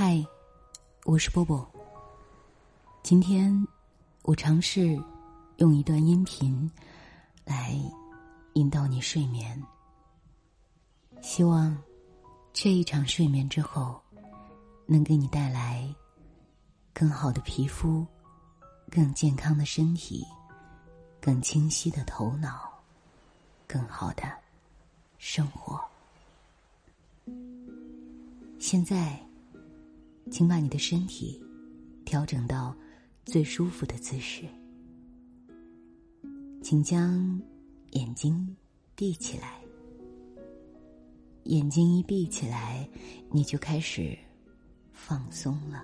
嗨，我是波波。今天我尝试用一段音频来引导你睡眠，希望这一场睡眠之后能给你带来更好的皮肤，更健康的身体，更清晰的头脑，更好的生活。现在请把你的身体调整到最舒服的姿势，请将眼睛闭起来。眼睛一闭起来，你就开始放松了。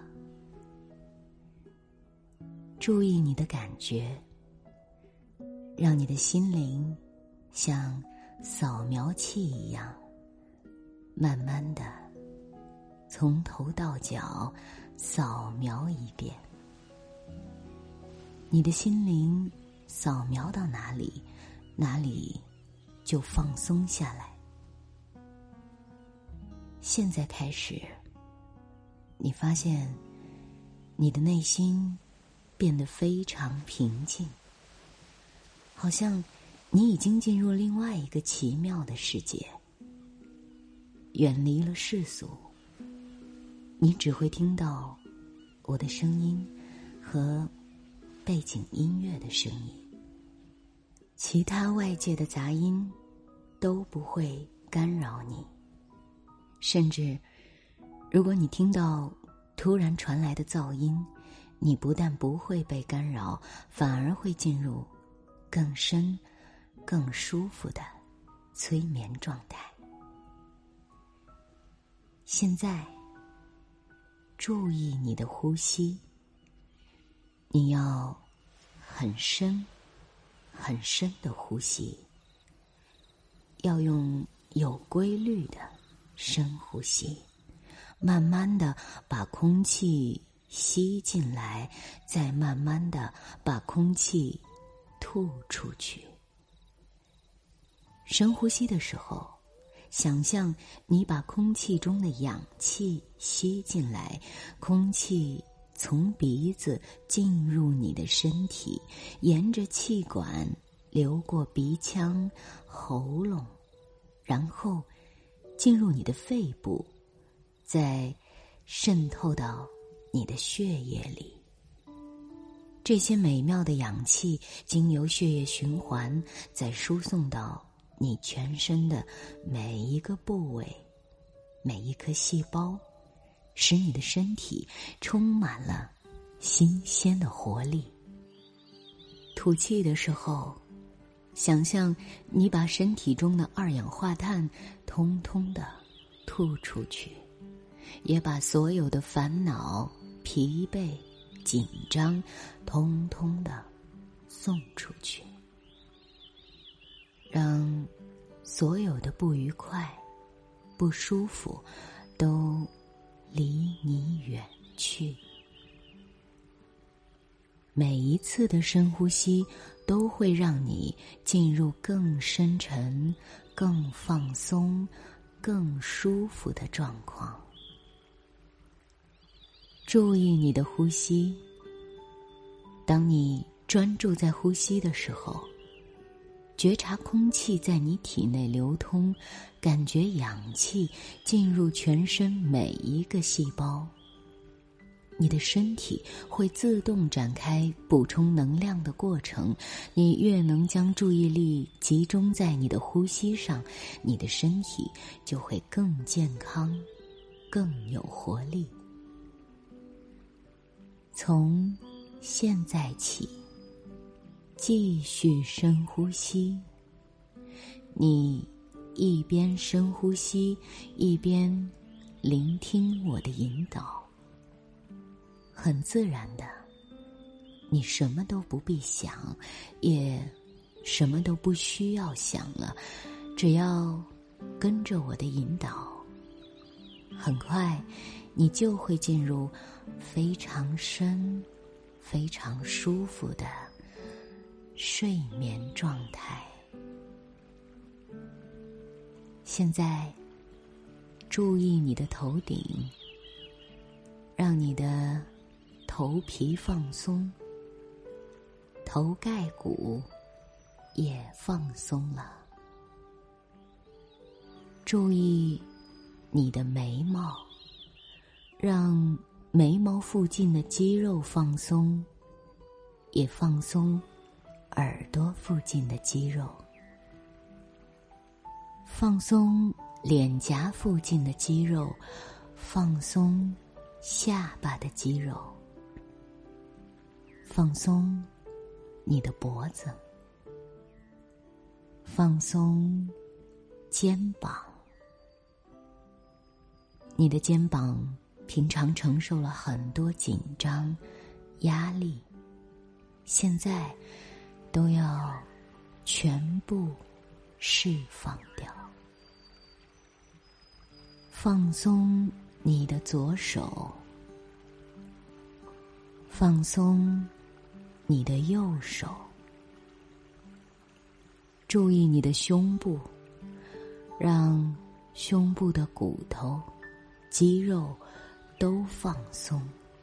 注意你的感觉，让你的心灵像扫描器一样，慢慢的从头到脚扫描一遍。你的心灵扫描到哪里，哪里就放松下来。现在开始，你发现你的内心变得非常平静，好像你已经进入另外一个奇妙的世界，远离了世俗。你只会听到我的声音和背景音乐的声音，其他外界的杂音都不会干扰你。甚至如果你听到突然传来的噪音，你不但不会被干扰，反而会进入更深更舒服的催眠状态。现在注意你的呼吸，你要很深很深的呼吸，要用有规律的深呼吸，慢慢的把空气吸进来，再慢慢的把空气吐出去。深呼吸的时候，想象你把空气中的氧气吸进来，空气从鼻子进入你的身体，沿着气管流过鼻腔、喉咙，然后进入你的肺部，再渗透到你的血液里。这些美妙的氧气经由血液循环，再输送到你全身的每一个部位，每一颗细胞，使你的身体充满了新鲜的活力。吐气的时候，想象你把身体中的二氧化碳通通的吐出去，也把所有的烦恼、疲惫、紧张通通的送出去，让所有的不愉快、不舒服都离你远去。每一次的深呼吸都会让你进入更深沉、更放松、更舒服的状况。注意你的呼吸，当你专注在呼吸的时候，觉察空气在你体内流通，感觉氧气进入全身每一个细胞。你的身体会自动展开补充能量的过程，你越能将注意力集中在你的呼吸上，你的身体就会更健康，更有活力。从现在起，继续深呼吸。你一边深呼吸，一边聆听我的引导。很自然的，你什么都不必想，也什么都不需要想了，只要跟着我的引导，很快你就会进入非常深、非常舒服的睡眠状态。现在注意你的头顶， 让你的头皮放松，头盖骨也放松了。注意你的眉毛，让眉毛附近的肌肉放松，也放松耳朵附近的肌肉，放松脸颊附近的肌肉，放松下巴的肌肉，放松你的脖子，放松肩膀。你的肩膀平常承受了很多紧张、压力，现在都要全部释放掉。放松你的左手，放松你的右手，注意你的胸部，让胸部的骨头、肌肉都放松。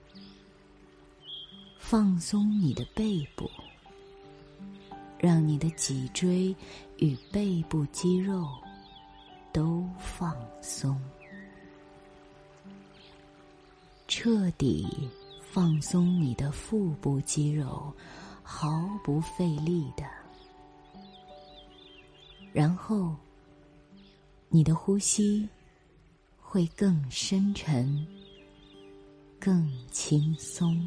放松你的背部，让你的脊椎与背部肌肉都放松。彻底放松你的腹部肌肉，毫不费力的。然后，你的呼吸会更深沉，更轻松。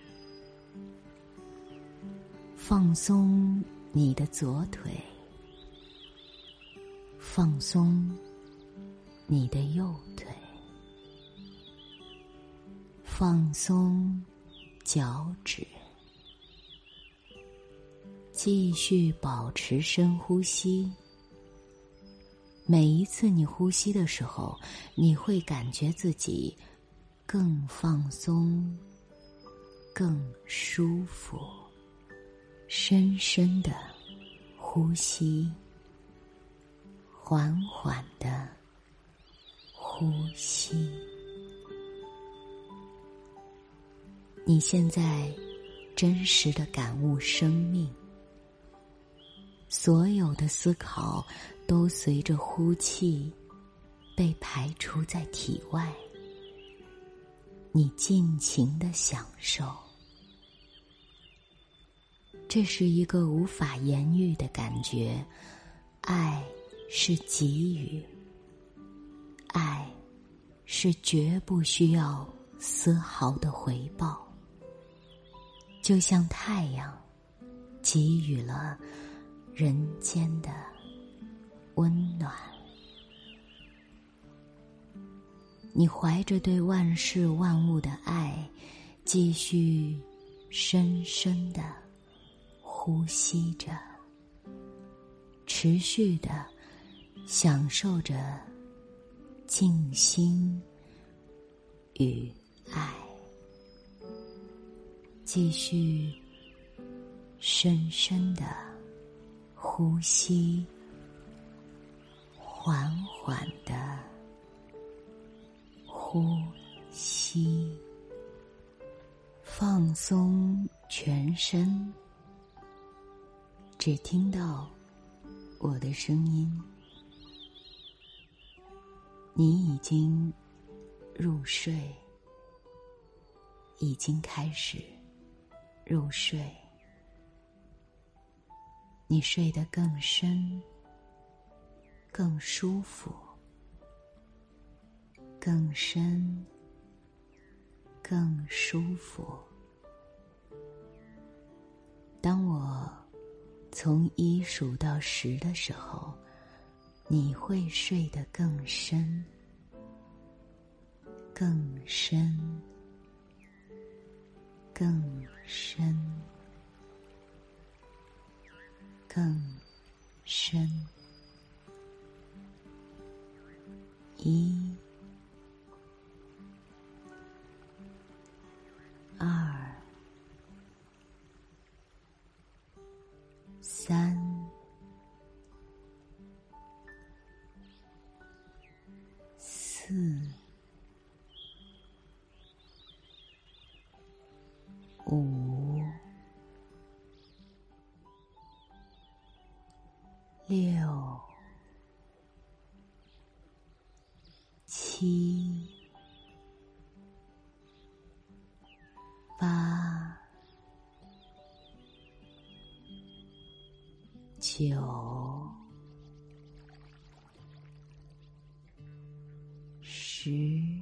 放松你的左腿，放松你的右腿，放松脚趾，继续保持深呼吸。每一次你呼吸的时候，你会感觉自己更放松，更舒服。深深的呼吸，缓缓的呼吸。你现在真实的感悟生命，所有的思考都随着呼气被排除在体外，你尽情地享受。这是一个无法言喻的感觉，爱是给予，爱是绝不需要丝毫的回报，就像太阳给予了人间的温暖。你怀着对万事万物的爱，继续深深地呼吸着，持续地享受着静心与爱。继续深深地呼吸，缓缓地呼吸，放松全身，只听到我的声音。你已经入睡，已经开始入睡，你睡得更深，更舒服，更深，更舒服。当我从1数到10的时候，你会睡得更深，更深，更深，更深。1、2、3、4、 7、8、9、10、